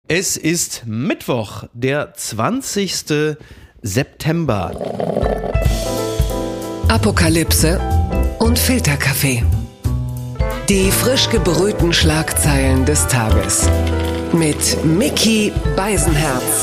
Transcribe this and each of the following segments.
Es ist Mittwoch, der 20. September. Apokalypse und Filterkaffee. Die frisch gebrühten Schlagzeilen des Tages. Mit Micky Beisenherz.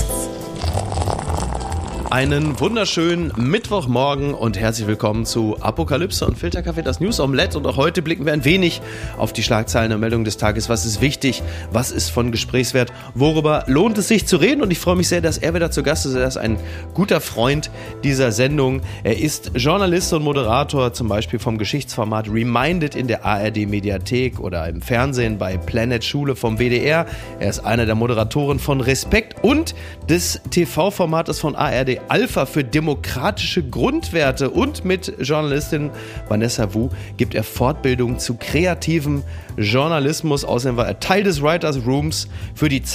Einen wunderschönen Mittwochmorgen und herzlich willkommen zu Apokalypse und Filterkaffee, das News Omelette. Und auch heute blicken wir ein wenig auf die Schlagzeilen und Meldungen des Tages. Was ist wichtig? Was ist von Gesprächswert? Worüber lohnt es sich zu reden? Und ich freue mich sehr, dass er wieder zu Gast ist. Er ist ein guter Freund dieser Sendung. Er ist Journalist und Moderator, zum Beispiel vom Geschichtsformat Reminded in der ARD-Mediathek oder im Fernsehen bei Planet Schule vom WDR. Er ist einer der Moderatoren von Respekt und des TV-Formates von ARD Alpha für demokratische Grundwerte, und mit Journalistin Vanessa Wu gibt er Fortbildung zu kreativem Journalismus. Außerdem war er Teil des Writers Rooms für die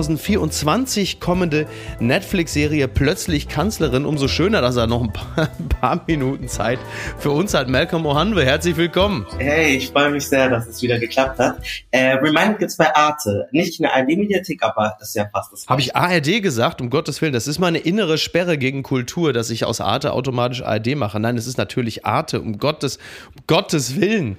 2024 kommende Netflix-Serie Plötzlich Kanzlerin. Umso schöner, dass er noch ein paar Minuten Zeit für uns hat. Malcolm Ohanwe, herzlich willkommen. Hey, ich freue mich sehr, dass es wieder geklappt hat. Reminded gibt's bei Arte. Nicht in der ARD-Mediathek, aber das ist ja fast das. Habe ich ARD gesagt? Um Gottes Willen, das ist meine innere Sperre gegen Kultur, dass ich aus Arte automatisch ARD mache. Nein, es ist natürlich Arte, um Gottes Willen.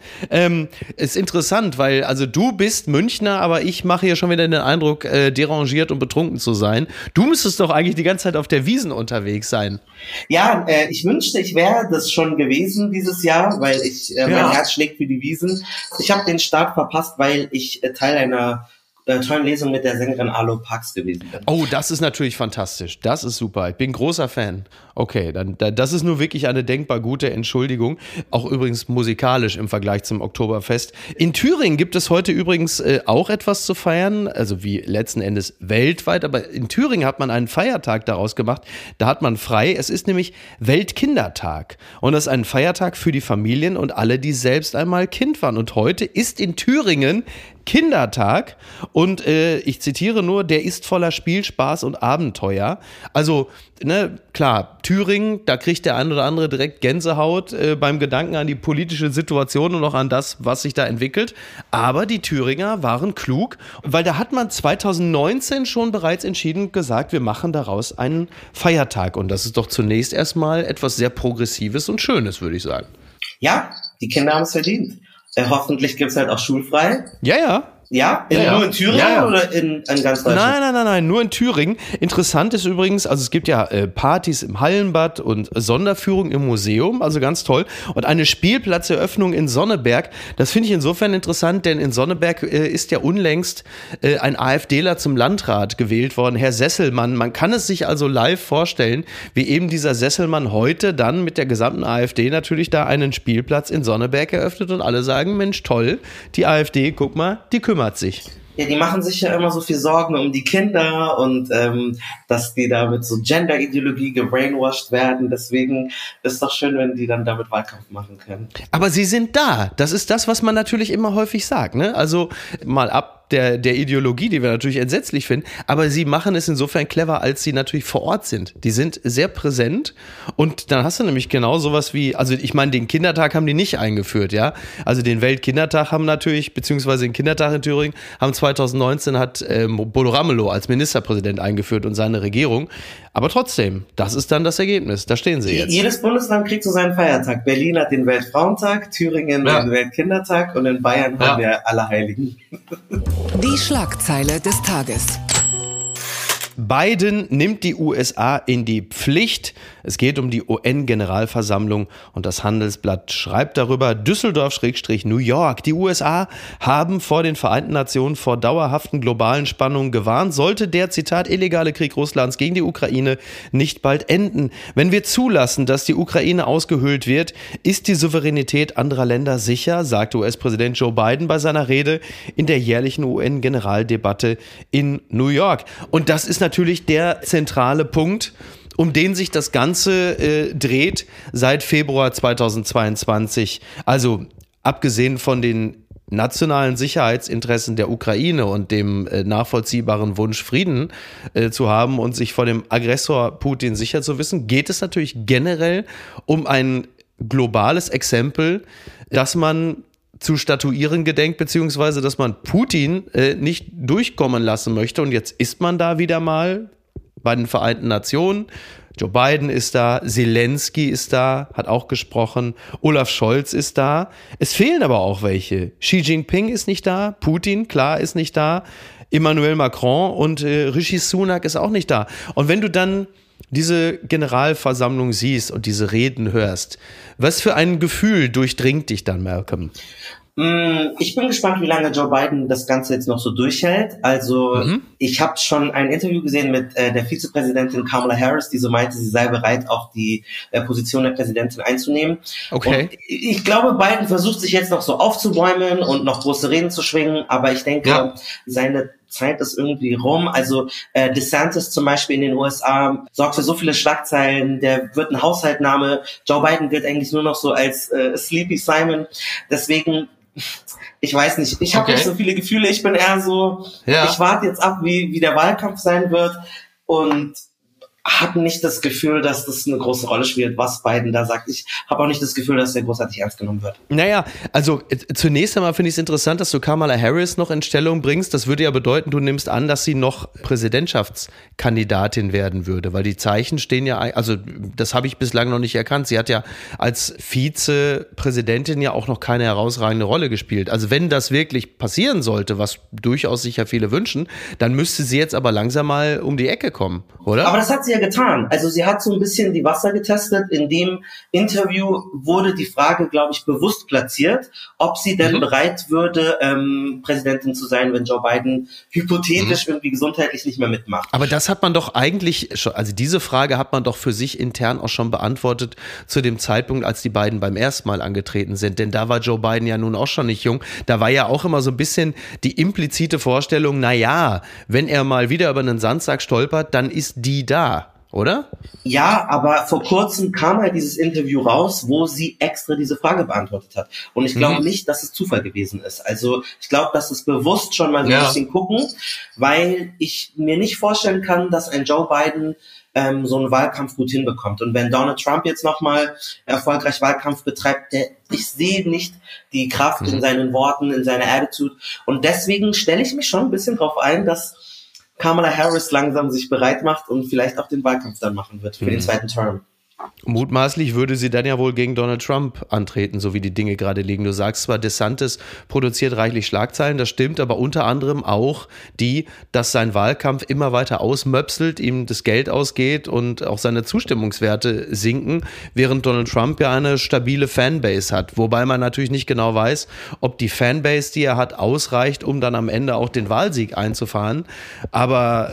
Ist interessant, weil also du bist Münchner, aber ich mache hier schon wieder den Eindruck, derangiert und betrunken zu sein. Du müsstest doch eigentlich die ganze Zeit auf der Wiesn unterwegs sein. Ja, ich wünschte, ich wäre das schon gewesen dieses Jahr, weil mein Herz schlägt für die Wiesn. Ich habe den Start verpasst, weil ich Teil einer tollen Lesung mit der Sängerin Arlo Parks gewesen bin. Oh, das ist natürlich fantastisch. Das ist super. Ich bin großer Fan. Okay, dann das ist nur wirklich eine denkbar gute Entschuldigung. Auch übrigens musikalisch im Vergleich zum Oktoberfest. In Thüringen gibt es heute übrigens auch etwas zu feiern, also wie letzten Endes weltweit. Aber in Thüringen hat man einen Feiertag daraus gemacht. Da hat man frei. Es ist nämlich Weltkindertag. Und das ist ein Feiertag für die Familien und alle, die selbst einmal Kind waren. Und heute ist in Thüringen Kindertag und ich zitiere nur, der ist voller Spiel, Spaß und Abenteuer. Also, klar, Thüringen, da kriegt der ein oder andere direkt Gänsehaut beim Gedanken an die politische Situation und auch an das, was sich da entwickelt. Aber die Thüringer waren klug, weil da hat man 2019 schon bereits entschieden und gesagt, wir machen daraus einen Feiertag. Und das ist doch zunächst erstmal etwas sehr Progressives und Schönes, würde ich sagen. Ja, die Kinder haben es verdient. Hoffentlich gibt's halt auch schulfrei. Ja. Ja? Nur in Thüringen oder in ganz Deutschland? Nein, nur in Thüringen. Interessant ist übrigens, also es gibt ja Partys im Hallenbad und Sonderführungen im Museum, also ganz toll. Und eine Spielplatzeröffnung in Sonneberg, das finde ich insofern interessant, denn in Sonneberg ist ja unlängst ein AfDler zum Landrat gewählt worden, Herr Sesselmann. Man kann es sich also live vorstellen, wie eben dieser Sesselmann heute dann mit der gesamten AfD natürlich da einen Spielplatz in Sonneberg eröffnet und alle sagen, Mensch, toll, die AfD, guck mal, die kümmert sich. Ja, die machen sich ja immer so viel Sorgen um die Kinder und dass die da mit so Gender-Ideologie gebrainwashed werden. Deswegen ist doch schön, wenn die dann damit Wahlkampf machen können. Aber sie sind da. Das ist das, was man natürlich immer häufig sagt, ne? Also mal ab der Ideologie, die wir natürlich entsetzlich finden, aber sie machen es insofern clever, als sie natürlich vor Ort sind. Die sind sehr präsent und dann hast du nämlich genau sowas wie, also ich meine, den Kindertag haben die nicht eingeführt, ja. Also den Weltkindertag haben natürlich, beziehungsweise den Kindertag in Thüringen, haben 2019 hat Bodo Ramelow als Ministerpräsident eingeführt und seine Regierung. Aber trotzdem, das ist dann das Ergebnis. Da stehen sie jetzt. Jedes Bundesland kriegt so seinen Feiertag. Berlin hat den Weltfrauentag, Thüringen den Weltkindertag und in Bayern haben wir Allerheiligen. Die Schlagzeile des Tages. Biden nimmt die USA in die Pflicht. Es geht um die UN-Generalversammlung und das Handelsblatt schreibt darüber, Düsseldorf-New York. Die USA haben vor den Vereinten Nationen vor dauerhaften globalen Spannungen gewarnt, sollte der, Zitat, illegale Krieg Russlands gegen die Ukraine nicht bald enden. Wenn wir zulassen, dass die Ukraine ausgehöhlt wird, ist die Souveränität anderer Länder sicher, sagte US-Präsident Joe Biden bei seiner Rede in der jährlichen UN-Generaldebatte in New York. Und das ist natürlich der zentrale Punkt, um den sich das Ganze dreht seit Februar 2022. Also abgesehen von den nationalen Sicherheitsinteressen der Ukraine und dem nachvollziehbaren Wunsch, Frieden zu haben und sich vor dem Aggressor Putin sicher zu wissen, geht es natürlich generell um ein globales Exempel, dass man zu statuieren gedenkt, beziehungsweise dass man Putin nicht durchkommen lassen möchte. Und jetzt ist man da wieder mal bei den Vereinten Nationen. Joe Biden ist da, Zelensky ist da, hat auch gesprochen, Olaf Scholz ist da. Es fehlen aber auch welche. Xi Jinping ist nicht da, Putin, klar, ist nicht da, Emmanuel Macron und Rishi Sunak ist auch nicht da. Und wenn du dann diese Generalversammlung siehst und diese Reden hörst, was für ein Gefühl durchdringt dich dann, Malcolm? Ich bin gespannt, wie lange Joe Biden das Ganze jetzt noch so durchhält. Also ich habe schon ein Interview gesehen mit der Vizepräsidentin Kamala Harris, die so meinte, sie sei bereit, auch die Position der Präsidentin einzunehmen. Okay. Und ich glaube, Biden versucht sich jetzt noch so aufzubäumen und noch große Reden zu schwingen, aber ich denke, seine Zeit ist irgendwie rum. Also DeSantis zum Beispiel in den USA sorgt für so viele Schlagzeilen, der wird ein Haushaltname. Joe Biden gilt eigentlich nur noch so als Sleepy Simon. Deswegen, ich weiß nicht, ich habe nicht so viele Gefühle. Ich bin eher so, ich warte jetzt ab, wie der Wahlkampf sein wird und habe nicht das Gefühl, dass das eine große Rolle spielt, was Biden da sagt. Ich habe auch nicht das Gefühl, dass der großartig ernst genommen wird. Naja, also zunächst einmal finde ich es interessant, dass du Kamala Harris noch in Stellung bringst. Das würde ja bedeuten, du nimmst an, dass sie noch Präsidentschaftskandidatin werden würde, weil die Zeichen stehen ja, also das habe ich bislang noch nicht erkannt. Sie hat ja als Vizepräsidentin ja auch noch keine herausragende Rolle gespielt. Also wenn das wirklich passieren sollte, was durchaus sicher viele wünschen, dann müsste sie jetzt aber langsam mal um die Ecke kommen, oder? Aber das hat sie getan. Also sie hat so ein bisschen die Wasser getestet. In dem Interview wurde die Frage, glaube ich, bewusst platziert, ob sie denn bereit würde, Präsidentin zu sein, wenn Joe Biden hypothetisch irgendwie gesundheitlich nicht mehr mitmacht. Aber das hat man doch eigentlich schon, also diese Frage hat man doch für sich intern auch schon beantwortet zu dem Zeitpunkt, als die beiden beim ersten Mal angetreten sind. Denn da war Joe Biden ja nun auch schon nicht jung. Da war ja auch immer so ein bisschen die implizite Vorstellung, naja, wenn er mal wieder über einen Sandsack stolpert, dann ist die da. Oder? Ja, aber vor kurzem kam halt dieses Interview raus, wo sie extra diese Frage beantwortet hat. Und ich glaube nicht, dass es Zufall gewesen ist. Also ich glaube, dass es bewusst schon mal so ein bisschen gucken, weil ich mir nicht vorstellen kann, dass ein Joe Biden so einen Wahlkampf gut hinbekommt. Und wenn Donald Trump jetzt nochmal erfolgreich Wahlkampf betreibt, ich sehe nicht die Kraft in seinen Worten, in seiner Attitude. Und deswegen stelle ich mich schon ein bisschen drauf ein, dass Kamala Harris langsam sich bereit macht und vielleicht auch den Wahlkampf dann machen wird für den zweiten Term. Mutmaßlich würde sie dann ja wohl gegen Donald Trump antreten, so wie die Dinge gerade liegen. Du sagst zwar, DeSantis produziert reichlich Schlagzeilen, das stimmt, aber unter anderem auch dass sein Wahlkampf immer weiter ausmöpselt, ihm das Geld ausgeht und auch seine Zustimmungswerte sinken, während Donald Trump ja eine stabile Fanbase hat. Wobei man natürlich nicht genau weiß, ob die Fanbase, die er hat, ausreicht, um dann am Ende auch den Wahlsieg einzufahren. Aber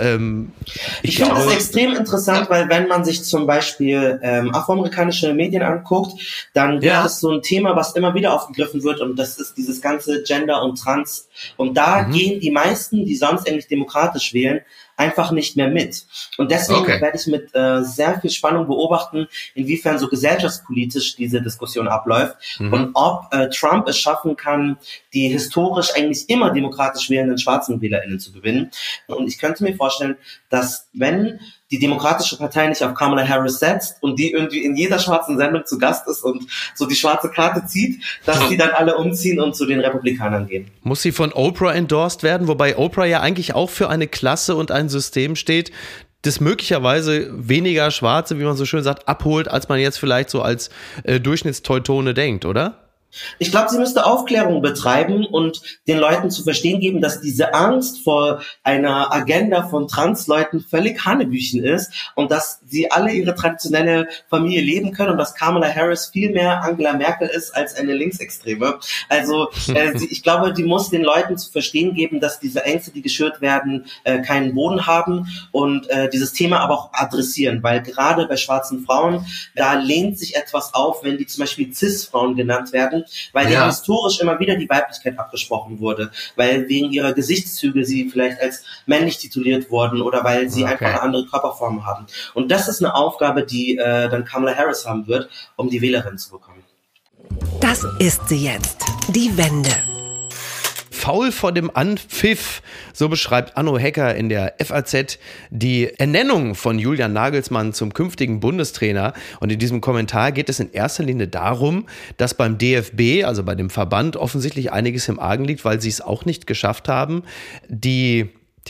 ich finde das extrem interessant, weil wenn man sich zum Beispiel afroamerikanische Medien anguckt, dann gibt es so ein Thema, was immer wieder aufgegriffen wird und das ist dieses ganze Gender und Trans. Und da gehen die meisten, die sonst eigentlich demokratisch wählen, einfach nicht mehr mit. Und deswegen werde ich mit sehr viel Spannung beobachten, inwiefern so gesellschaftspolitisch diese Diskussion abläuft und ob Trump es schaffen kann, die historisch eigentlich immer demokratisch wählenden schwarzen WählerInnen zu gewinnen. Und ich könnte mir vorstellen, dass wenn die Demokratische Partei nicht auf Kamala Harris setzt und die irgendwie in jeder schwarzen Sendung zu Gast ist und so die schwarze Karte zieht, dass die dann alle umziehen und zu den Republikanern gehen. Muss sie von Oprah endorsed werden, wobei Oprah ja eigentlich auch für eine Klasse und ein System steht, das möglicherweise weniger Schwarze, wie man so schön sagt, abholt, als man jetzt vielleicht so als Durchschnittsteutone denkt, oder? Ich glaube, sie müsste Aufklärung betreiben und den Leuten zu verstehen geben, dass diese Angst vor einer Agenda von Transleuten völlig Hanebüchen ist und dass sie alle ihre traditionelle Familie leben können und dass Kamala Harris viel mehr Angela Merkel ist als eine Linksextreme. Also ich glaube, die muss den Leuten zu verstehen geben, dass diese Ängste, die geschürt werden, keinen Boden haben und dieses Thema aber auch adressieren, weil gerade bei schwarzen Frauen, da lehnt sich etwas auf, wenn die zum Beispiel Cis-Frauen genannt werden, weil denen historisch immer wieder die Weiblichkeit abgesprochen wurde, weil wegen ihrer Gesichtszüge sie vielleicht als männlich tituliert wurden oder weil sie einfach eine andere Körperform haben. Und das ist eine Aufgabe, die dann Kamala Harris haben wird, um die Wählerin zu bekommen. Das ist sie jetzt, die Wende. faul vor dem Anpfiff. So beschreibt Anno Hecker in der FAZ die Ernennung von Julian Nagelsmann zum künftigen Bundestrainer. Und in diesem Kommentar geht es in erster Linie darum, dass beim DFB, also bei dem Verband, offensichtlich einiges im Argen liegt, weil sie es auch nicht geschafft haben, die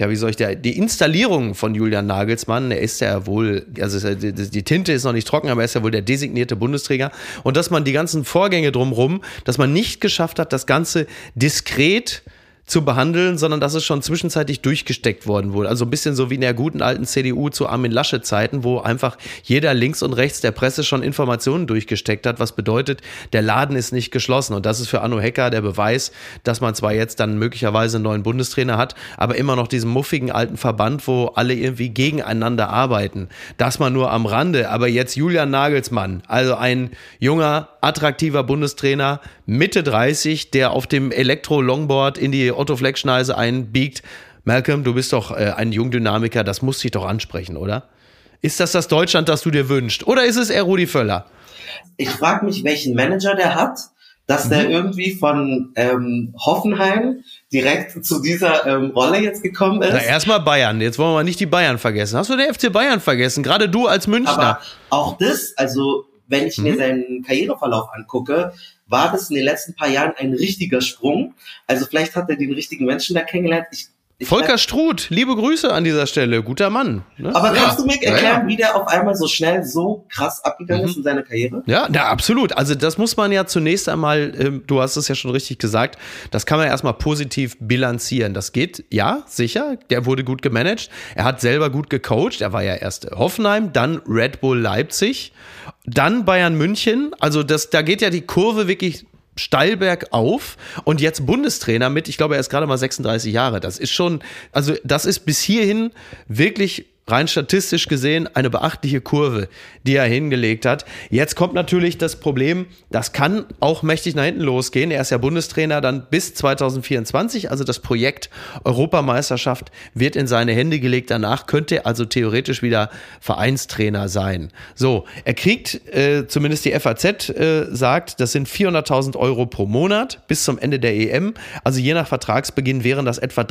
Installierung von Julian Nagelsmann, er ist ja wohl, also die Tinte ist noch nicht trocken, aber er ist ja wohl der designierte Bundestrainer. Und dass man die ganzen Vorgänge drumherum, dass man nicht geschafft hat, das Ganze diskret zu behandeln, sondern dass es schon zwischenzeitlich durchgesteckt worden wurde. Also ein bisschen so wie in der guten alten CDU zu Armin Laschet-Zeiten, wo einfach jeder links und rechts der Presse schon Informationen durchgesteckt hat, was bedeutet, der Laden ist nicht geschlossen. Und das ist für Anno Hecker der Beweis, dass man zwar jetzt dann möglicherweise einen neuen Bundestrainer hat, aber immer noch diesen muffigen alten Verband, wo alle irgendwie gegeneinander arbeiten. Das mal nur am Rande. Aber jetzt Julian Nagelsmann, also ein junger, attraktiver Bundestrainer, Mitte 30, der auf dem Elektro-Longboard in die Otto-Fleck-Schneise einbiegt. Malcolm, du bist doch ein Jungdynamiker, das muss dich doch ansprechen, oder? Ist das Deutschland, das du dir wünschst? Oder ist es eher Rudi Völler? Ich frage mich, welchen Manager der hat, dass der irgendwie von Hoffenheim direkt zu dieser Rolle jetzt gekommen ist. Na, erstmal Bayern. Jetzt wollen wir mal nicht die Bayern vergessen. Hast du den FC Bayern vergessen? Gerade du als Münchner. Aber auch das, also wenn ich mir seinen Karriereverlauf angucke, war das in den letzten paar Jahren ein richtiger Sprung. Also vielleicht hat er den richtigen Menschen da kennengelernt. Volker Struth, liebe Grüße an dieser Stelle, guter Mann. Ne? Aber kannst du mir erklären, wie der auf einmal so schnell so krass abgegangen ist in seiner Karriere? Ja, absolut. Also das muss man ja zunächst einmal, du hast es ja schon richtig gesagt, das kann man erstmal positiv bilanzieren. Das geht, ja, sicher, der wurde gut gemanagt, er hat selber gut gecoacht, er war ja erst Hoffenheim, dann Red Bull Leipzig, dann Bayern München, also da geht ja die Kurve wirklich steil bergauf und jetzt Bundestrainer mit, ich glaube, er ist gerade mal 36 Jahre. Das ist schon, also das ist bis hierhin wirklich rein statistisch gesehen eine beachtliche Kurve, die er hingelegt hat. Jetzt kommt natürlich das Problem, das kann auch mächtig nach hinten losgehen. Er ist ja Bundestrainer dann bis 2024, also das Projekt Europameisterschaft wird in seine Hände gelegt. Danach könnte er also theoretisch wieder Vereinstrainer sein. So, er kriegt, zumindest die FAZ sagt, das sind 400.000 Euro pro Monat bis zum Ende der EM. Also je nach Vertragsbeginn wären das etwa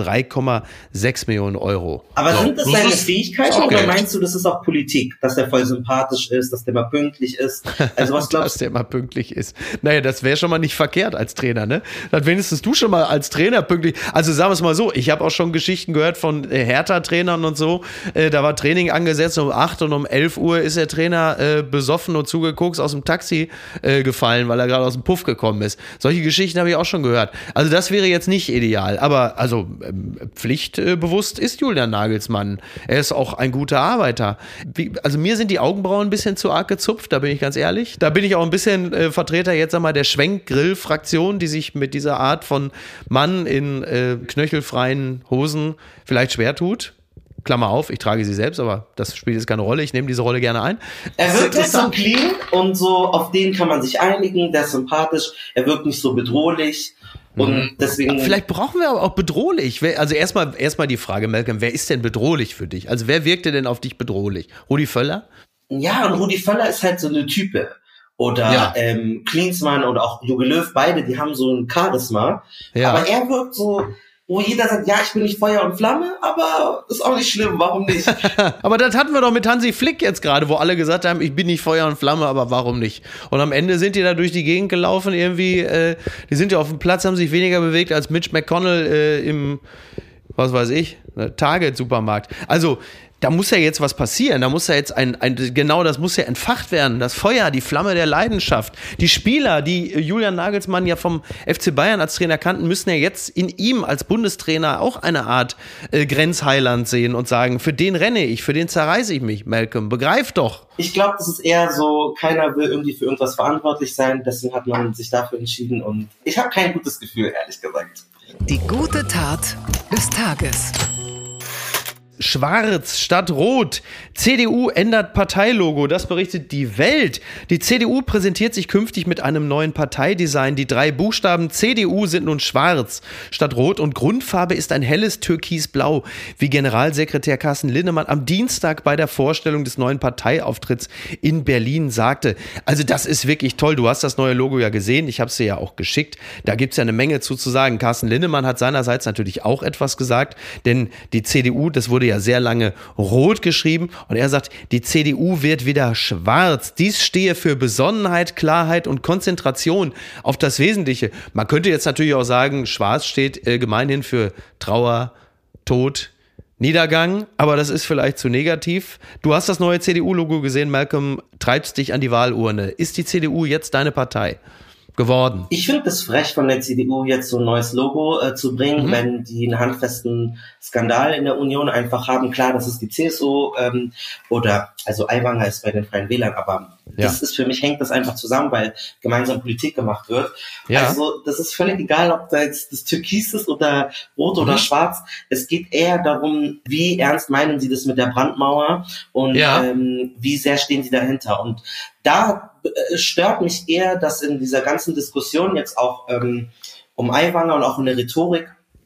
3,6 Millionen Euro. Aber sind das seine Fähigkeiten? Oder meinst du, das ist auch Politik, dass der voll sympathisch ist, dass der mal pünktlich ist? Also was glaubst du? Dass der mal pünktlich ist. Naja, das wäre schon mal nicht verkehrt als Trainer, ne? Dann wenigstens du schon mal als Trainer pünktlich. Also sagen wir es mal so, ich habe auch schon Geschichten gehört von Hertha-Trainern und so. Da war Training angesetzt um 8 und um 11 Uhr ist der Trainer besoffen und zugeguckt aus dem Taxi gefallen, weil er gerade aus dem Puff gekommen ist. Solche Geschichten habe ich auch schon gehört. Also das wäre jetzt nicht ideal. Aber also pflichtbewusst ist Julian Nagelsmann. Er ist auch ein guter Arbeiter. Also mir sind die Augenbrauen ein bisschen zu arg gezupft, da bin ich ganz ehrlich. Da bin ich auch ein bisschen Vertreter jetzt einmal der Schwenkgrill-Fraktion, die sich mit dieser Art von Mann in knöchelfreien Hosen vielleicht schwer tut. Klammer auf, ich trage sie selbst, aber das spielt jetzt keine Rolle. Ich nehme diese Rolle gerne ein. Er wirkt nicht so clean und so, auf den kann man sich einigen, der ist sympathisch, er wirkt nicht so bedrohlich. Und deswegen. Vielleicht brauchen wir aber auch bedrohlich. Also erstmal die Frage, Malcolm, wer ist denn bedrohlich für dich? Also wer wirkte denn auf dich bedrohlich? Rudi Völler? Ja, und Rudi Völler ist halt so eine Type. Oder Klinsmann oder auch Jogi Löw, beide, die haben so ein Charisma. Ja. Aber er wirkt so, wo jeder sagt, ja, ich bin nicht Feuer und Flamme, aber ist auch nicht schlimm, warum nicht? Aber das hatten wir doch mit Hansi Flick jetzt gerade, wo alle gesagt haben, ich bin nicht Feuer und Flamme, aber warum nicht? Und am Ende sind die da durch die Gegend gelaufen, irgendwie, die sind ja auf dem Platz, haben sich weniger bewegt als Mitch McConnell im, was weiß ich, Target-Supermarkt. Also, da muss ja jetzt was passieren, da muss ja jetzt genau das muss ja entfacht werden, das Feuer, die Flamme der Leidenschaft. Die Spieler, die Julian Nagelsmann ja vom FC Bayern als Trainer kannten, müssen ja jetzt in ihm als Bundestrainer auch eine Art Grenzheiland sehen und sagen, für den renne ich, für den zerreiße ich mich, Malcolm, begreif doch. Ich glaube, das ist eher so, keiner will irgendwie für irgendwas verantwortlich sein, deswegen hat man sich dafür entschieden und ich habe kein gutes Gefühl, ehrlich gesagt. Die gute Tat des Tages. schwarz statt rot. CDU ändert Parteilogo, das berichtet die Welt. Die CDU präsentiert sich künftig mit einem neuen Parteidesign. Die 3 Buchstaben CDU sind nun schwarz statt rot und Grundfarbe ist ein helles Türkisblau, wie Generalsekretär Carsten Linnemann am Dienstag bei der Vorstellung des neuen Parteiauftritts in Berlin sagte. Also das ist wirklich toll. Du hast das neue Logo ja gesehen. Ich habe es dir ja auch geschickt. Da gibt es ja eine Menge zu sagen. Carsten Linnemann hat seinerseits natürlich auch etwas gesagt, denn die CDU, das wurde ja sehr lange rot geschrieben und er sagt, die CDU wird wieder schwarz. Dies stehe für Besonnenheit, Klarheit und Konzentration auf das Wesentliche. Man könnte jetzt natürlich auch sagen, schwarz steht gemeinhin für Trauer, Tod, Niedergang, aber das ist vielleicht zu negativ. Du hast das neue CDU-Logo gesehen, Malcolm, treibst dich an die Wahlurne. Ist die CDU jetzt deine Partei geworden? Ich finde es frech von der CDU, jetzt so ein neues Logo zu bringen, wenn die einen handfesten Skandal in der Union einfach haben. Klar, das ist die CSU oder also Aiwanger ist bei den Freien Wählern, aber das ist für mich, hängt das einfach zusammen, weil gemeinsam Politik gemacht wird. Ja. Also das ist völlig egal, ob da jetzt das Türkis ist oder Rot oder Schwarz. Es geht eher darum, wie ernst meinen sie das mit der Brandmauer und wie sehr stehen sie dahinter. Und da stört mich eher, dass in dieser ganzen Diskussion jetzt auch um Aiwanger und auch in der Rhetorik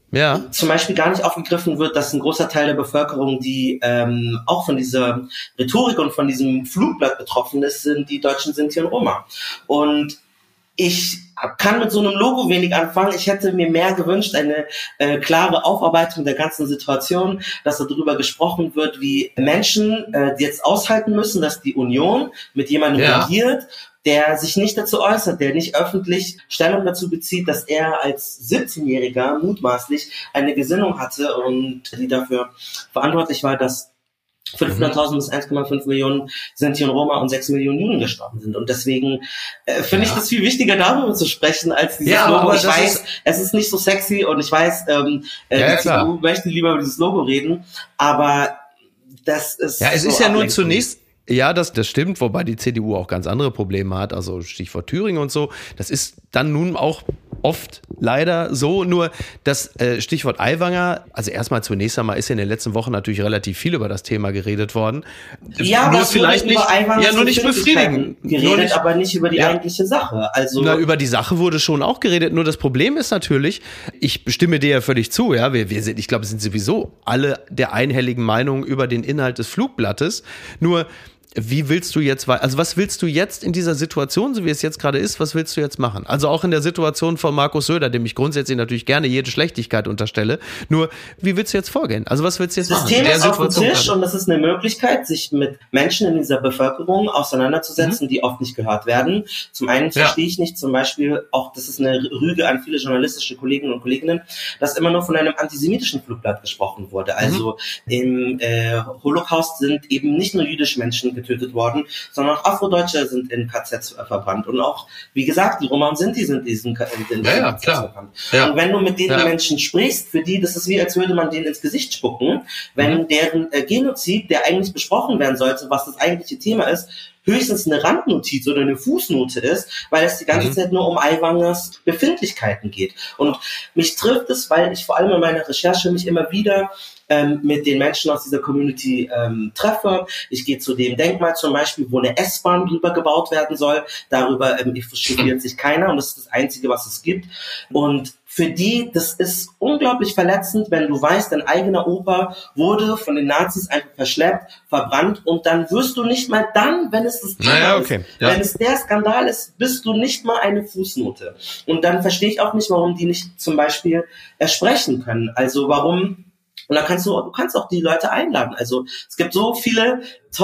zum Beispiel gar nicht aufgegriffen wird, dass ein großer Teil der Bevölkerung, die auch von dieser Rhetorik und von diesem Flugblatt betroffen ist, sind die deutschen Sinti und Roma. Und ich kann mit so einem Logo wenig anfangen. Ich hätte mir mehr gewünscht, eine klare Aufarbeitung der ganzen Situation, dass darüber gesprochen wird, wie Menschen die jetzt aushalten müssen, dass die Union mit jemandem regiert, der sich nicht dazu äußert, der nicht öffentlich Stellung dazu bezieht, dass er als 17-Jähriger mutmaßlich eine Gesinnung hatte und die dafür verantwortlich war, dass 500.000 bis 1,5 Millionen Sinti und Roma und 6 Millionen Juden gestorben sind. Und deswegen finde ich das viel wichtiger, darüber zu sprechen, als dieses Logo. Ich weiß, es ist nicht so sexy und ich weiß, die CDU möchte lieber über dieses Logo reden, aber das ist es ist ja nur zunächst. Ja, das stimmt, wobei die CDU auch ganz andere Probleme hat, also Stichwort Thüringen und so. Das ist dann nun auch oft leider so, nur das Stichwort Aiwanger, also erstmal zunächst einmal ist ja in den letzten Wochen natürlich relativ viel über das Thema geredet worden. Ja, nur aber vielleicht nicht, nur nicht befriedigend. Geredet, aber nicht über die eigentliche Sache. Also über die Sache wurde schon auch geredet, nur das Problem ist natürlich, ich stimme dir ja völlig zu, ja, wir sind, ich glaube, es sind sowieso alle der einhelligen Meinung über den Inhalt des Flugblattes, nur wie willst du jetzt, also was willst du jetzt in dieser Situation, so wie es jetzt gerade ist, was willst du jetzt machen? Also auch in der Situation von Markus Söder, dem ich grundsätzlich natürlich gerne jede Schlechtigkeit unterstelle, nur wie willst du jetzt vorgehen? Also was willst du jetzt machen? Das Thema ist auf dem Tisch und das ist eine Möglichkeit, sich mit Menschen in dieser Bevölkerung auseinanderzusetzen, die oft nicht gehört werden. Zum einen verstehe ich nicht, zum Beispiel auch, das ist eine Rüge an viele journalistische Kolleginnen und Kolleginnen, dass immer nur von einem antisemitischen Flugblatt gesprochen wurde. Also im Holocaust sind eben nicht nur jüdische Menschen getötet worden, sondern auch Afrodeutsche sind in KZs verbrannt. Und auch, wie gesagt, die Roma und Sinti sind in diesen KZs verbrannt. Ja. Und wenn du mit den Menschen sprichst, für die, das ist wie, als würde man denen ins Gesicht spucken, wenn deren Genozid, der eigentlich besprochen werden sollte, was das eigentliche Thema ist, höchstens eine Randnotiz oder eine Fußnote ist, weil es die ganze Zeit nur um Aiwangers Befindlichkeiten geht. Und mich trifft es, weil ich vor allem in meiner Recherche mich immer wieder mit den Menschen aus dieser Community treffe. Ich gehe zu dem Denkmal zum Beispiel, wo eine S-Bahn drüber gebaut werden soll. Darüber echauffiert sich keiner und das ist das Einzige, was es gibt. Und für die, das ist unglaublich verletzend, wenn du weißt, dein eigener Opa wurde von den Nazis einfach verschleppt, verbrannt und dann wirst du nicht mal dann, wenn es das Thema ist, wenn es der Skandal ist, bist du nicht mal eine Fußnote. Und dann verstehe ich auch nicht, warum die nicht zum Beispiel sprechen können. Also warum. Und dann du kannst auch die Leute einladen. Also es gibt so viele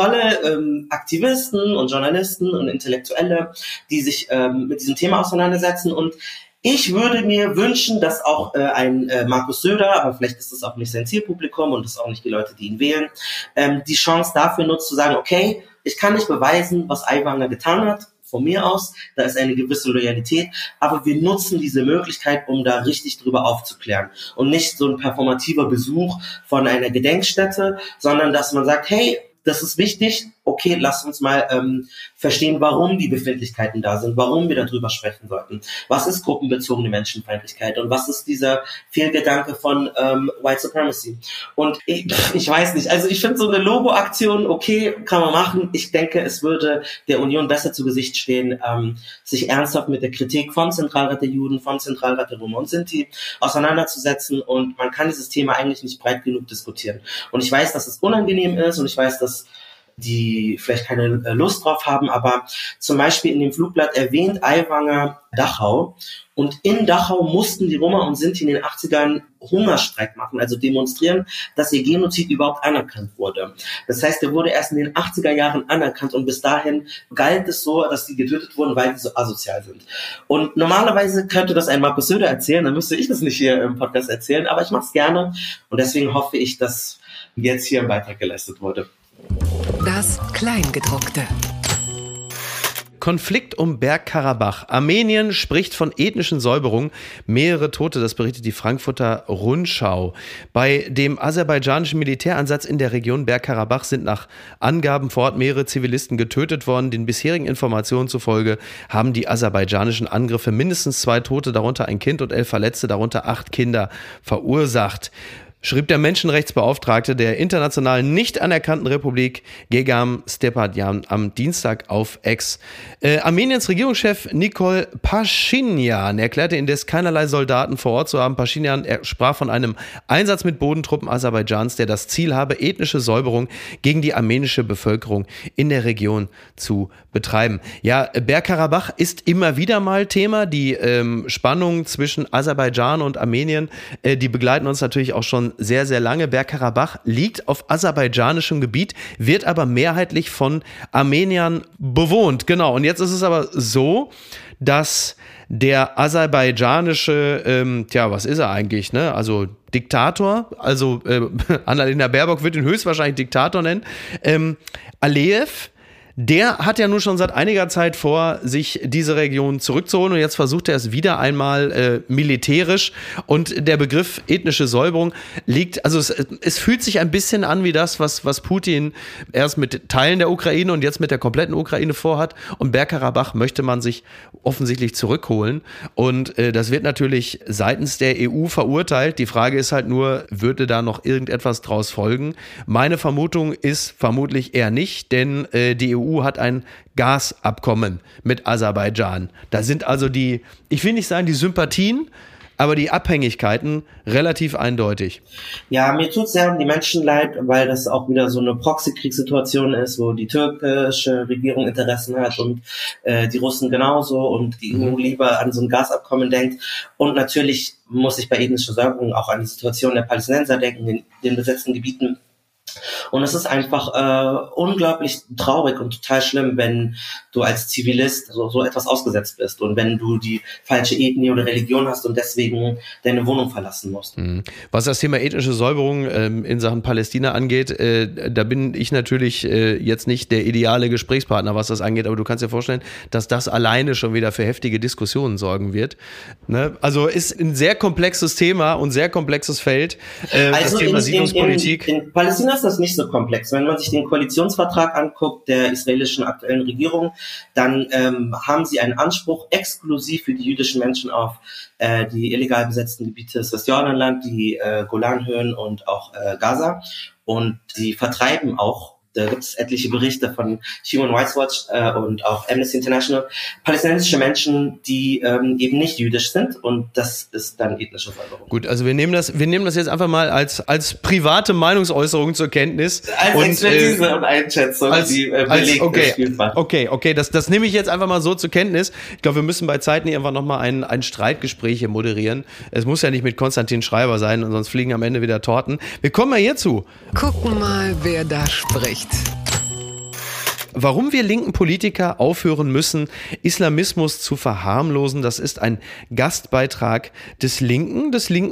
tolle Aktivisten und Journalisten und Intellektuelle, die sich mit diesem Thema auseinandersetzen. Und ich würde mir wünschen, dass auch ein Markus Söder, aber vielleicht ist das auch nicht sein Zielpublikum und das auch nicht die Leute, die ihn wählen, die Chance dafür nutzt zu sagen, okay, ich kann nicht beweisen, was Aiwanger getan hat. Von mir aus, da ist eine gewisse Loyalität, aber wir nutzen diese Möglichkeit, um da richtig drüber aufzuklären und nicht so ein performativer Besuch von einer Gedenkstätte, sondern dass man sagt, hey, das ist wichtig, okay, lass uns mal verstehen, warum die Befindlichkeiten da sind, warum wir darüber sprechen sollten. Was ist gruppenbezogene Menschenfeindlichkeit und was ist dieser Fehlgedanke von White Supremacy? Und ich weiß nicht, also ich finde so eine Logo-Aktion, okay, kann man machen. Ich denke, es würde der Union besser zu Gesicht stehen, sich ernsthaft mit der Kritik vom Zentralrat der Juden, vom Zentralrat der Roma und Sinti auseinanderzusetzen, und man kann dieses Thema eigentlich nicht breit genug diskutieren. Und ich weiß, dass es unangenehm ist, und ich weiß, dass die vielleicht keine Lust drauf haben, aber zum Beispiel in dem Flugblatt erwähnt Aiwanger Dachau, und in Dachau mussten die Roma und Sinti in den 80ern Hungerstreik machen, also demonstrieren, dass ihr Genozid überhaupt anerkannt wurde. Das heißt, der wurde erst in den 80er Jahren anerkannt, und bis dahin galt es so, dass die getötet wurden, weil die so asozial sind. Und normalerweise könnte das ein Markus Söder erzählen, dann müsste ich das nicht hier im Podcast erzählen, aber ich mache es gerne, und deswegen hoffe ich, dass jetzt hier ein Beitrag geleistet wurde. Das Kleingedruckte. Konflikt um Bergkarabach. Armenien spricht von ethnischen Säuberungen. Mehrere Tote, das berichtet die Frankfurter Rundschau. Bei dem aserbaidschanischen Militäransatz in der Region Bergkarabach sind nach Angaben vor Ort mehrere Zivilisten getötet worden. Den bisherigen Informationen zufolge haben die aserbaidschanischen Angriffe mindestens 2 Tote, darunter ein Kind, und 11 Verletzte, darunter 8 Kinder, verursacht. Schrieb der Menschenrechtsbeauftragte der internationalen nicht anerkannten Republik Gegam Stepanyan am Dienstag auf X. Armeniens Regierungschef Nikol Paschinjan erklärte indes, keinerlei Soldaten vor Ort zu haben. Paschinjan sprach von einem Einsatz mit Bodentruppen Aserbaidschans, der das Ziel habe, ethnische Säuberung gegen die armenische Bevölkerung in der Region zu betreiben. Ja, Bergkarabach ist immer wieder mal Thema. Die Spannungen zwischen Aserbaidschan und Armenien, die begleiten uns natürlich auch schon sehr, sehr lange. Bergkarabach liegt auf aserbaidschanischem Gebiet, wird aber mehrheitlich von Armeniern bewohnt. Genau, und jetzt ist es aber so, dass der aserbaidschanische, was ist er eigentlich, ne? Also Diktator, also Annalena Baerbock wird ihn höchstwahrscheinlich Diktator nennen, Aliyev, der hat ja nun schon seit einiger Zeit vor, sich diese Region zurückzuholen, und jetzt versucht er es wieder einmal militärisch, und der Begriff ethnische Säuberung liegt, also es fühlt sich ein bisschen an wie das, was Putin erst mit Teilen der Ukraine und jetzt mit der kompletten Ukraine vorhat, und Bergkarabach möchte man sich offensichtlich zurückholen, und das wird natürlich seitens der EU verurteilt. Die Frage ist halt nur, würde da noch irgendetwas draus folgen? Meine Vermutung ist vermutlich eher nicht, denn die EU hat ein Gasabkommen mit Aserbaidschan. Da sind also ich will nicht sagen die Sympathien, aber die Abhängigkeiten relativ eindeutig. Ja, mir tut sehr um die Menschen leid, weil das auch wieder so eine Proxy-Kriegssituation ist, wo die türkische Regierung Interessen hat und die Russen genauso, und die EU lieber an so ein Gasabkommen denkt. Und natürlich muss ich bei ethnischer Säuberung auch an die Situation der Palästinenser denken, in den besetzten Gebieten. Und es ist einfach unglaublich traurig und total schlimm, wenn du als Zivilist so etwas ausgesetzt bist und wenn du die falsche Ethnie oder Religion hast und deswegen deine Wohnung verlassen musst. Was das Thema ethnische Säuberung in Sachen Palästina angeht, da bin ich natürlich jetzt nicht der ideale Gesprächspartner, was das angeht, aber du kannst dir vorstellen, dass das alleine schon wieder für heftige Diskussionen sorgen wird. Ne? Also ist ein sehr komplexes Thema und sehr komplexes Feld, das Thema Siedlungspolitik. In Palästina ist das nicht so komplex. Wenn man sich den Koalitionsvertrag anguckt der israelischen aktuellen Regierung, dann haben sie einen Anspruch exklusiv für die jüdischen Menschen auf die illegal besetzten Gebiete des Westjordanland, die Golanhöhen und auch Gaza. Und sie vertreiben auch, da gibt es etliche Berichte von Human Rights Watch und auch Amnesty International, palästinensische Menschen, die eben nicht jüdisch sind, und das ist dann ethnische Säuberung. Gut, also wir nehmen das jetzt einfach mal als private Meinungsäußerung zur Kenntnis. Als Expertise und Einschätzung, die belegt ist. Okay, das nehme ich jetzt einfach mal so zur Kenntnis. Ich glaube, wir müssen bei Zeiten hier einfach nochmal ein Streitgespräch hier moderieren. Es muss ja nicht mit Konstantin Schreiber sein, und sonst fliegen am Ende wieder Torten. Wir kommen mal hierzu. Gucken mal, wer da spricht. Warum wir linken Politiker aufhören müssen, Islamismus zu verharmlosen, das ist ein Gastbeitrag des linken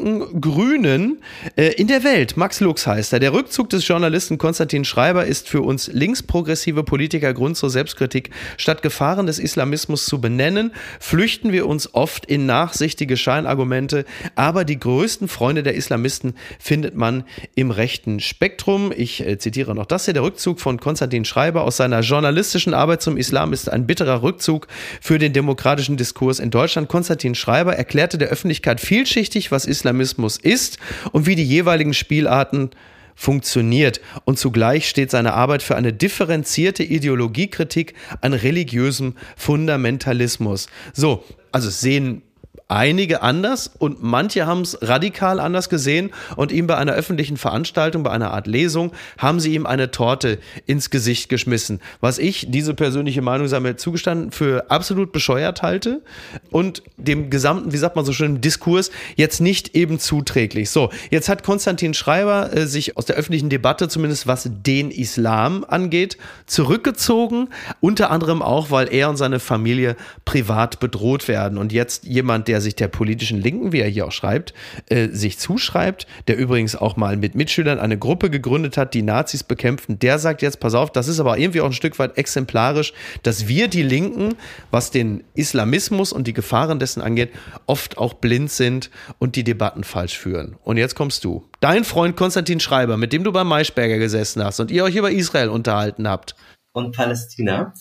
Grünen in der Welt. Max Lux heißt er. Der Rückzug des Journalisten Konstantin Schreiber ist für uns linksprogressive Politiker Grund zur Selbstkritik. Statt Gefahren des Islamismus zu benennen, flüchten wir uns oft in nachsichtige Scheinargumente, aber die größten Freunde der Islamisten findet man im rechten Spektrum. Ich zitiere noch das hier. Der Rückzug von Konstantin Schreiber aus seiner journalistischen Arbeit zum Islam ist ein bitterer Rückzug für den demokratischen Diskurs in Deutschland. Konstantin Schreiber erklärte der Öffentlichkeit vielschichtig, was Islamismus ist und wie die jeweiligen Spielarten funktioniert. Und zugleich steht seine Arbeit für eine differenzierte Ideologiekritik an religiösem Fundamentalismus. So, also es sehen einige anders und manche haben es radikal anders gesehen und ihm bei einer öffentlichen Veranstaltung, bei einer Art Lesung, haben sie ihm eine Torte ins Gesicht geschmissen. Was ich, diese persönliche Meinung sei mir zugestanden, für absolut bescheuert halte und dem gesamten, wie sagt man so schön, Diskurs jetzt nicht eben zuträglich. So, jetzt hat Konstantin Schreiber sich aus der öffentlichen Debatte, zumindest was den Islam angeht, zurückgezogen. Unter anderem auch, weil er und seine Familie privat bedroht werden. Und jetzt jemand, der sich der politischen Linken, wie er hier auch schreibt, sich zuschreibt, der übrigens auch mal mit Mitschülern eine Gruppe gegründet hat, die Nazis bekämpfen, der sagt jetzt, pass auf, das ist aber irgendwie auch ein Stück weit exemplarisch, dass wir die Linken, was den Islamismus und die Gefahren dessen angeht, oft auch blind sind und die Debatten falsch führen. Und jetzt kommst du. Dein Freund Konstantin Schreiber, mit dem du bei Maischberger gesessen hast und ihr euch über Israel unterhalten habt. Und Palästina.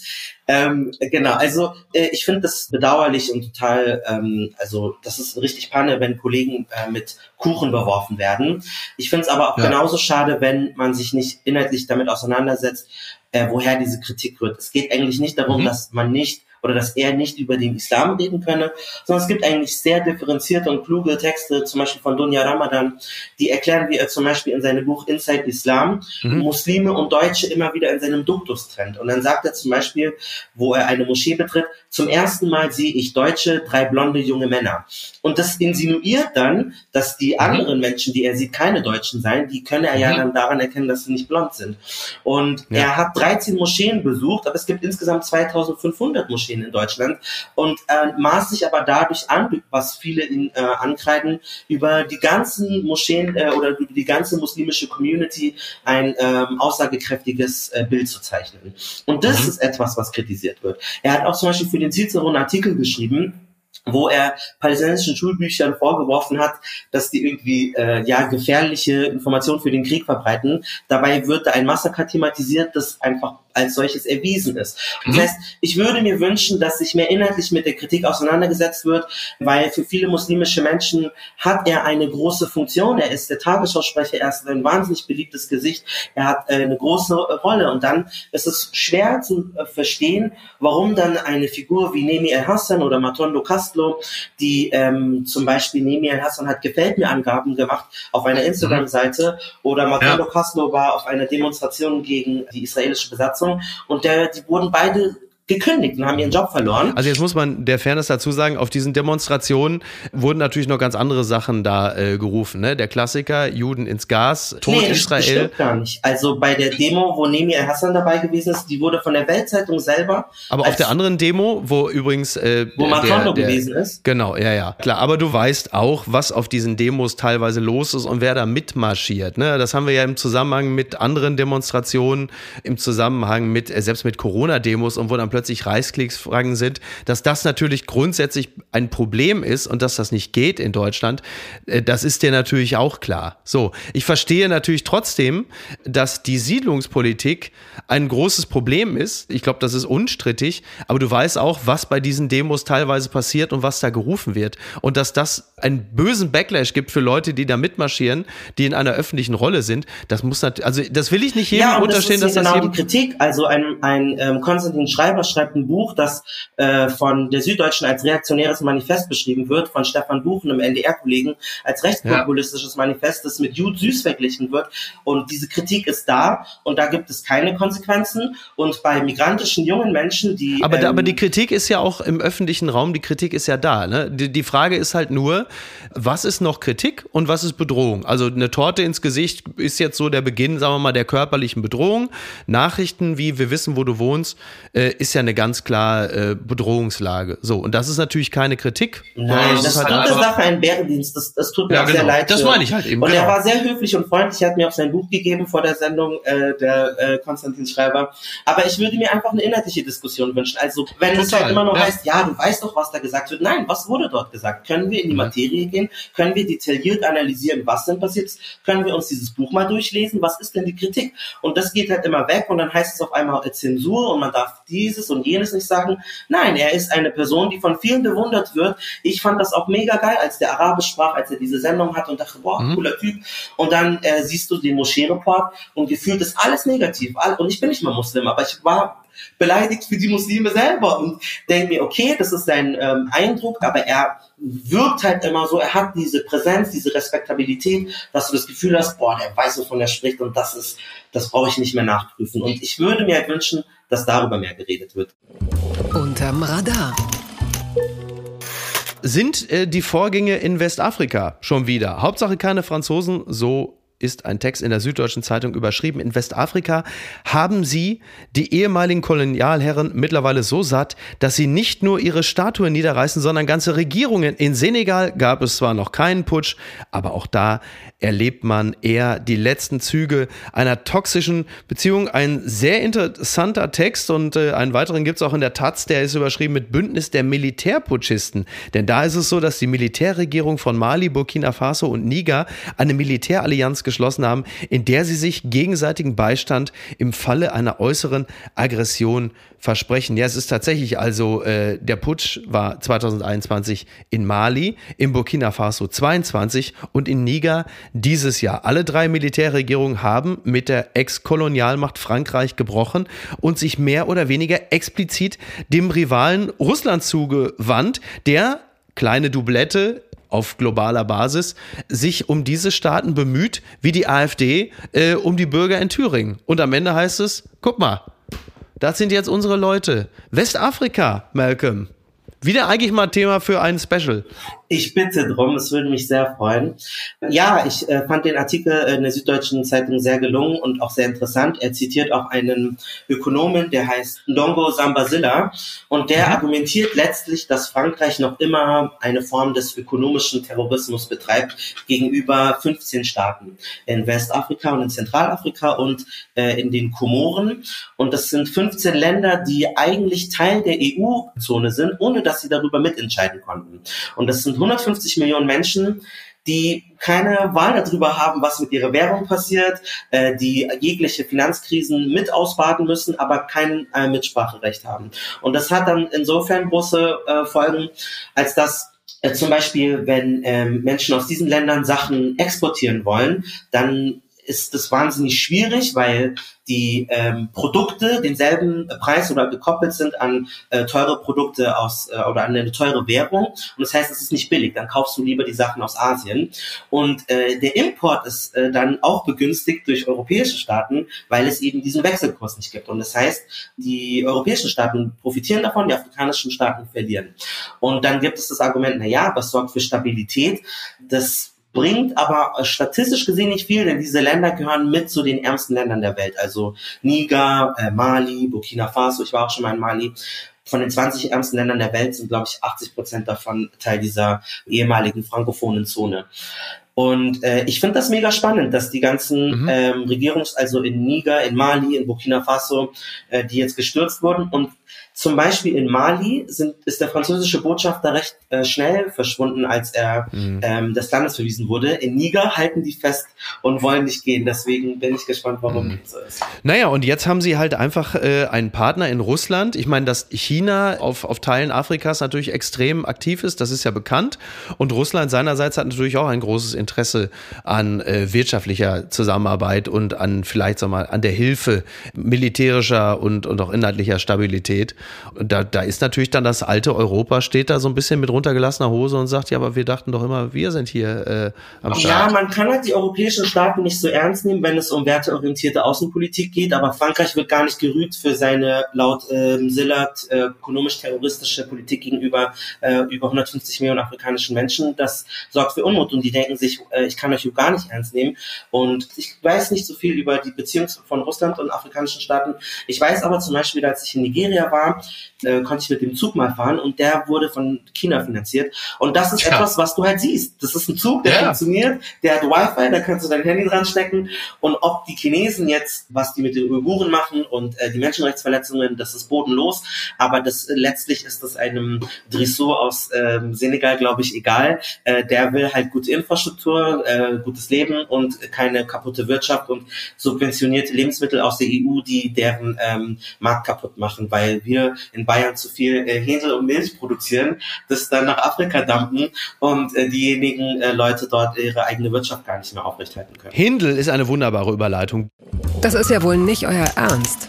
Genau, also ich finde das bedauerlich und total, also das ist richtig Panne, wenn Kollegen mit Kuchen beworfen werden. Ich finde es aber auch genauso schade, wenn man sich nicht inhaltlich damit auseinandersetzt, woher diese Kritik rührt. Es geht eigentlich nicht darum, dass man nicht oder dass er nicht über den Islam reden könne, sondern es gibt eigentlich sehr differenzierte und kluge Texte, zum Beispiel von Dunja Ramadan, die erklären, wie er zum Beispiel in seinem Buch Inside Islam Muslime und Deutsche immer wieder in seinem Duktus trennt. Und dann sagt er zum Beispiel, wo er eine Moschee betritt, zum ersten Mal sehe ich Deutsche, 3 blonde junge Männer. Und das insinuiert dann, dass die anderen Menschen, die er sieht, keine Deutschen seien, die könne er ja dann daran erkennen, dass sie nicht blond sind. Und er hat 13 Moscheen besucht, aber es gibt insgesamt 2500 Moscheen in Deutschland und maßt sich aber dadurch an, was viele ihn ankreiden, über die ganzen Moscheen oder über die ganze muslimische Community ein aussagekräftiges Bild zu zeichnen. Und das ist etwas, was kritisiert wird. Er hat auch zum Beispiel für den Cicero einen Artikel geschrieben, wo er palästinensischen Schulbüchern vorgeworfen hat, dass die irgendwie gefährliche Informationen für den Krieg verbreiten. Dabei wird da ein Massaker thematisiert, das einfach als solches erwiesen ist. Das heißt, ich würde mir wünschen, dass sich mehr inhaltlich mit der Kritik auseinandergesetzt wird, weil für viele muslimische Menschen hat er eine große Funktion. Er ist der Tagesschausprecher, er ist ein wahnsinnig beliebtes Gesicht, er hat eine große Rolle und dann ist es schwer zu verstehen, warum dann eine Figur wie Nemi El-Hassan oder Matondo Castro, die zum Beispiel Nemi El-Hassan hat Gefällt mir Angaben gemacht auf einer Instagram-Seite oder Matondo Castro war auf einer Demonstration gegen die israelische Besatzung und die wurden beide gekündigt und haben ihren Job verloren. Also jetzt muss man der Fairness dazu sagen, auf diesen Demonstrationen wurden natürlich noch ganz andere Sachen da gerufen. Ne? Der Klassiker, Juden ins Gas, Tod Israel. Das stimmt gar nicht. Also bei der Demo, wo Nemi El-Hassan dabei gewesen ist, die wurde von der Weltzeitung selber. Aber auf der anderen Demo, wo übrigens wo Matondo gewesen ist. Genau, ja, klar. Aber du weißt auch, was auf diesen Demos teilweise los ist und wer da mitmarschiert. Ne? Das haben wir ja im Zusammenhang mit anderen Demonstrationen, im Zusammenhang mit, selbst mit Corona-Demos und wo dann plötzlich Reichskriegsfragen sind, dass das natürlich grundsätzlich ein Problem ist und dass das nicht geht in Deutschland, das ist dir natürlich auch klar. So, ich verstehe natürlich trotzdem, dass die Siedlungspolitik ein großes Problem ist. Ich glaube, das ist unstrittig, aber du weißt auch, was bei diesen Demos teilweise passiert und was da gerufen wird und dass das einen bösen Backlash gibt für Leute, die da mitmarschieren, die in einer öffentlichen Rolle sind. Das muss natürlich, also das will ich nicht jedem unterstellen, dass das genau die Kritik. Also ein Konstantin Schreiber schreibt ein Buch, das von der Süddeutschen als reaktionäres Manifest beschrieben wird, von Stefan Buchen, einem NDR-Kollegen, als rechtspopulistisches Manifest, das mit Jude Süß verglichen wird. Und diese Kritik ist da und da gibt es keine Konsequenzen. Und bei migrantischen jungen Menschen, die... Aber die Kritik ist ja auch im öffentlichen Raum, die Kritik ist ja da. Ne? Die Frage ist halt nur, Was ist noch Kritik und was ist Bedrohung? Also eine Torte ins Gesicht ist jetzt so der Beginn, sagen wir mal, der körperlichen Bedrohung. Nachrichten wie wir wissen, wo du wohnst, ist ja eine ganz klare Bedrohungslage. So, und das ist natürlich keine Kritik. Nein, das ist halt eine Sache, ein Bärendienst. Das tut mir auch sehr leid. Das meine ich halt eben. Und er war sehr höflich und freundlich. Er hat mir auch sein Buch gegeben vor der Sendung, der Konstantin Schreiber. Aber ich würde mir einfach eine inhaltliche Diskussion wünschen. Also, wenn es halt immer nur heißt, ja, du weißt doch, was da gesagt wird. Nein, was wurde dort gesagt? Können wir in die Materie gehen? Können wir detailliert analysieren, was denn passiert ist? Können wir uns dieses Buch mal durchlesen? Was ist denn die Kritik? Und das geht halt immer weg und dann heißt es auf einmal Zensur und man darf dieses und jenes nicht sagen. Nein, er ist eine Person, die von vielen bewundert wird. Ich fand das auch mega geil, als der Arabisch sprach, als er diese Sendung hatte und dachte, boah, cooler Typ. Und dann siehst du den Moschee-Report und gefühlt ist alles negativ. Und ich bin nicht mal Muslim, aber ich war beleidigt für die Muslime selber und denke mir, okay, das ist sein Eindruck, aber er wirkt halt immer so, er hat diese Präsenz, diese Respektabilität, dass du das Gefühl hast, boah, der weiß, wovon er spricht und das brauche ich nicht mehr nachprüfen. Und ich würde mir halt wünschen, dass darüber mehr geredet wird. Unterm Radar. Sind die Vorgänge in Westafrika schon wieder? Hauptsache keine Franzosen, so ist ein Text in der Süddeutschen Zeitung überschrieben. In Westafrika haben sie die ehemaligen Kolonialherren mittlerweile so satt, dass sie nicht nur ihre Statuen niederreißen, sondern ganze Regierungen. In Senegal gab es zwar noch keinen Putsch, aber auch da erlebt man eher die letzten Züge einer toxischen Beziehung. Ein sehr interessanter Text und einen weiteren gibt es auch in der Taz, der ist überschrieben mit Bündnis der Militärputschisten. Denn da ist es so, dass die Militärregierung von Mali, Burkina Faso und Niger eine Militärallianz geschlossen haben, in der sie sich gegenseitigen Beistand im Falle einer äußeren Aggression versprechen. Ja, es ist tatsächlich also, der Putsch war 2021 in Mali, in Burkina Faso 22 und in Niger dieses Jahr. Alle drei Militärregierungen haben mit der Ex-Kolonialmacht Frankreich gebrochen und sich mehr oder weniger explizit dem Rivalen Russland zugewandt, der, kleine Doublette, auf globaler Basis sich um diese Staaten bemüht, wie die AfD, um die Bürger in Thüringen. Und am Ende heißt es, guck mal, das sind jetzt unsere Leute. Westafrika, Malcolm. Wieder eigentlich mal Thema für ein Special. Ich bitte drum, es würde mich sehr freuen. Ja, ich fand den Artikel in der Süddeutschen Zeitung sehr gelungen und auch sehr interessant. Er zitiert auch einen Ökonomen, der heißt Ndongo Sambazilla und der argumentiert letztlich, dass Frankreich noch immer eine Form des ökonomischen Terrorismus betreibt gegenüber 15 Staaten in Westafrika und in Zentralafrika und in den Komoren. Und das sind 15 Länder, die eigentlich Teil der EU-Zone sind, ohne dass sie darüber mitentscheiden konnten. Und das sind 150 Millionen Menschen, die keine Wahl darüber haben, was mit ihrer Währung passiert, die jegliche Finanzkrisen mit ausbaden müssen, aber kein Mitspracherecht haben. Und das hat dann insofern große Folgen, als dass zum Beispiel, wenn Menschen aus diesen Ländern Sachen exportieren wollen, dann ist das wahnsinnig schwierig, weil die Produkte denselben Preis oder gekoppelt sind an teure Produkte oder an eine teure Währung. Und das heißt, es ist nicht billig. Dann kaufst du lieber die Sachen aus Asien. Und der Import ist dann auch begünstigt durch europäische Staaten, weil es eben diesen Wechselkurs nicht gibt. Und das heißt, die europäischen Staaten profitieren davon, die afrikanischen Staaten verlieren. Und dann gibt es das Argument, was sorgt für Stabilität? Das bringt aber statistisch gesehen nicht viel, denn diese Länder gehören mit zu den ärmsten Ländern der Welt. Also Niger, Mali, Burkina Faso, ich war auch schon mal in Mali. Von den 20 ärmsten Ländern der Welt sind, glaube ich, 80% davon Teil dieser ehemaligen frankophonen Zone. Und ich finde das mega spannend, dass die ganzen also in Niger, in Mali, in Burkina Faso, die jetzt gestürzt wurden. Und zum Beispiel in Mali ist der französische Botschafter recht schnell verschwunden, als er des Landes verwiesen wurde. In Niger halten die fest und wollen nicht gehen. Deswegen bin ich gespannt, warum das so ist. Naja, und jetzt haben sie halt einfach einen Partner in Russland. Ich meine, dass China auf Teilen Afrikas natürlich extrem aktiv ist, das ist ja bekannt. Und Russland seinerseits hat natürlich auch ein großes Interesse an wirtschaftlicher Zusammenarbeit und an vielleicht, an der Hilfe militärischer und auch inhaltlicher Stabilität steht. Und da ist natürlich dann das alte Europa, steht da so ein bisschen mit runtergelassener Hose und sagt, ja, aber wir dachten doch immer, wir sind hier am Start. Ja, man kann halt die europäischen Staaten nicht so ernst nehmen, wenn es um werteorientierte Außenpolitik geht, aber Frankreich wird gar nicht gerühmt für seine laut Szilard ökonomisch-terroristische Politik gegenüber über 150 Millionen afrikanischen Menschen. Das sorgt für Unmut und die denken sich, ich kann euch gar nicht ernst nehmen. Und ich weiß nicht so viel über die Beziehung von Russland und afrikanischen Staaten. Ich weiß aber zum Beispiel, als ich in Nigeria war, konnte ich mit dem Zug mal fahren und der wurde von China finanziert. Und das ist etwas, was du halt siehst. Das ist ein Zug, der funktioniert, der hat Wi-Fi, da kannst du dein Handy dran stecken. Und ob die Chinesen jetzt, was die mit den Uiguren machen und die Menschenrechtsverletzungen, das ist bodenlos. Aber letztlich ist das einem Drissot aus Senegal, glaube ich, egal. Der will halt gute Infrastruktur, gutes Leben und keine kaputte Wirtschaft und subventionierte Lebensmittel aus der EU, die deren Markt kaputt machen, weil wir in Bayern zu viel Händel und Milch produzieren, das dann nach Afrika dumpen und diejenigen Leute dort ihre eigene Wirtschaft gar nicht mehr aufrechthalten können. Hindel ist eine wunderbare Überleitung. Das ist ja wohl nicht euer Ernst.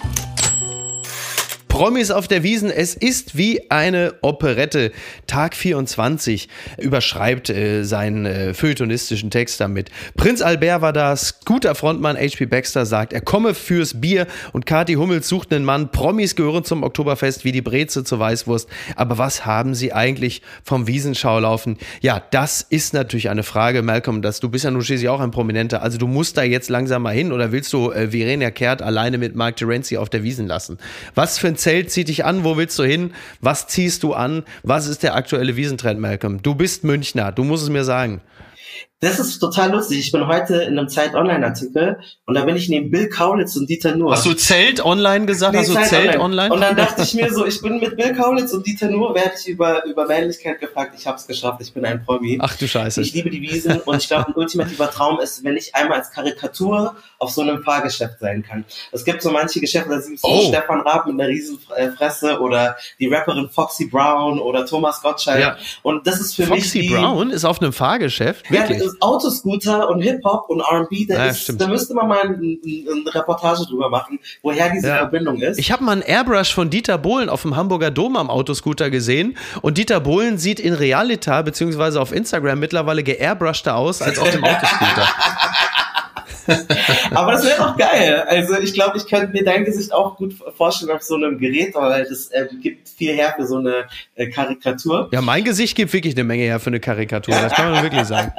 Promis auf der Wiesn, es ist wie eine Operette. Tag 24 überschreibt seinen feuilletonistischen Text damit. Prinz Albert war da, Scooter-Frontmann H.P. Baxter sagt, er komme fürs Bier und Kathi Hummels sucht einen Mann. Promis gehören zum Oktoberfest wie die Breze zur Weißwurst. Aber was haben sie eigentlich vom Wiesenschaulaufen? Ja, das ist natürlich eine Frage, Malcolm, du bist ja nun schließlich auch ein Prominenter. Also du musst da jetzt langsam mal hin oder willst du Verena Kehrt alleine mit Mark Terenzi auf der Wiesn lassen? Was für ein Zelt zieht dich an? Wo willst du hin? Was ziehst du an? Was ist der aktuelle Wiesentrend, Malcolm? Du bist Münchner, du musst es mir sagen. Das ist total lustig. Ich bin heute in einem Zeit-Online-Artikel und da bin ich neben Bill Kaulitz und Dieter Nuhr. Hast du Zelt online gesagt? Nee, Hast du Zelt online? Und dann dachte ich mir so, ich bin mit Bill Kaulitz und Dieter Nuhr, werde ich über Männlichkeit gefragt. Ich habe es geschafft, ich bin ein Promi. Ach du Scheiße. Ich liebe die Wiesn und ich glaube, ein ultimativer Traum ist, wenn ich einmal als Karikatur auf so einem Fahrgeschäft sein kann. Es gibt so manche Geschäfte, da siehst du Stefan Raab mit einer riesen Fresse oder die Rapperin Foxy Brown oder Thomas Gottschalk. Ja. Und das ist für mich Foxy Brown ist auf einem Fahrgeschäft? Wirklich? Ja, Autoscooter und Hip-Hop und R&B, da müsste man mal eine Reportage drüber machen, woher diese Verbindung ist. Ich habe mal einen Airbrush von Dieter Bohlen auf dem Hamburger Dom am Autoscooter gesehen und Dieter Bohlen sieht in Realita beziehungsweise auf Instagram mittlerweile geairbrushter aus als auf dem Autoscooter. Aber das wäre doch geil. Also ich glaube, ich könnte mir dein Gesicht auch gut vorstellen auf so einem Gerät, weil das gibt viel her für so eine Karikatur. Ja, mein Gesicht gibt wirklich eine Menge her für eine Karikatur, das kann man wirklich sagen.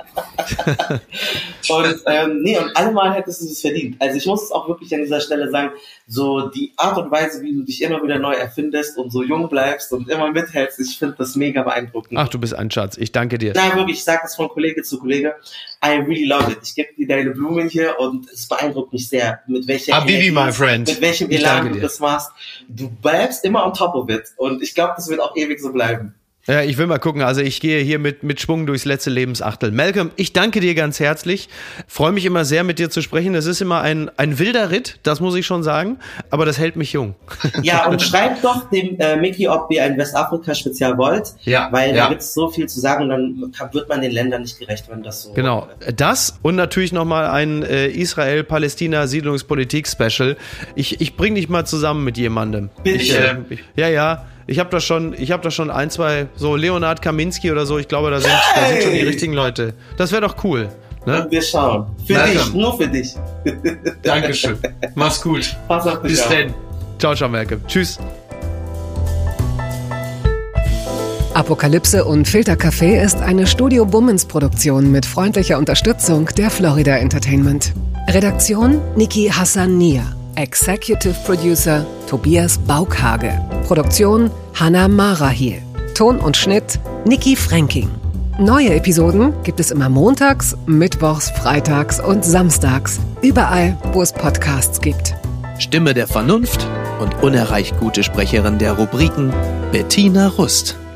Und und allemal hättest du es verdient. Also ich muss es auch wirklich an dieser Stelle sagen, so die Art und Weise, wie du dich immer wieder neu erfindest und so jung bleibst und immer mithältst, ich finde das mega beeindruckend. Ach, du bist ein Schatz, ich danke dir. Nein, wirklich, ich sage das von Kollege zu Kollege, I really love it. Ich gebe dir deine Blumen hier und es beeindruckt mich sehr, mit welcher Habibi, my friend. Mit welchem Elan du das machst. Du bleibst immer on top of it und ich glaube, das wird auch ewig so bleiben. Ja, ich will mal gucken. Also ich gehe hier mit Schwung durchs letzte Lebensachtel. Malcolm, ich danke dir ganz herzlich. Freue mich immer sehr, mit dir zu sprechen. Das ist immer ein wilder Ritt, das muss ich schon sagen. Aber das hält mich jung. Ja, und schreibt doch dem Mickey, ob ihr ein Westafrika-Spezial wollt. Ja, weil da gibt es so viel zu sagen und dann wird man den Ländern nicht gerecht, wenn das so... Genau, das und natürlich nochmal ein Israel-Palästina-Siedlungspolitik-Special. Ich bring dich mal zusammen mit jemandem. Bitte. Ich habe da schon ein, zwei, so Leonard Kaminski oder so, ich glaube, da sind schon die richtigen Leute. Das wäre doch cool. Ne? Und wir schauen. Für dich, nur für dich. Dankeschön. Mach's gut. Pass auf dich auf. Bis dann. Ciao, ciao, Malcolm. Tschüss. Apokalypse und Filtercafé ist eine Studio Bummens Produktion mit freundlicher Unterstützung der Florida Entertainment. Redaktion Niki Hassania. Executive Producer Tobias Baukhage. Produktion Hannah Marahiel. Ton und Schnitt Niki Fränking. Neue Episoden gibt es immer montags, mittwochs, freitags und samstags. Überall, wo es Podcasts gibt. Stimme der Vernunft und unerreicht gute Sprecherin der Rubriken Bettina Rust.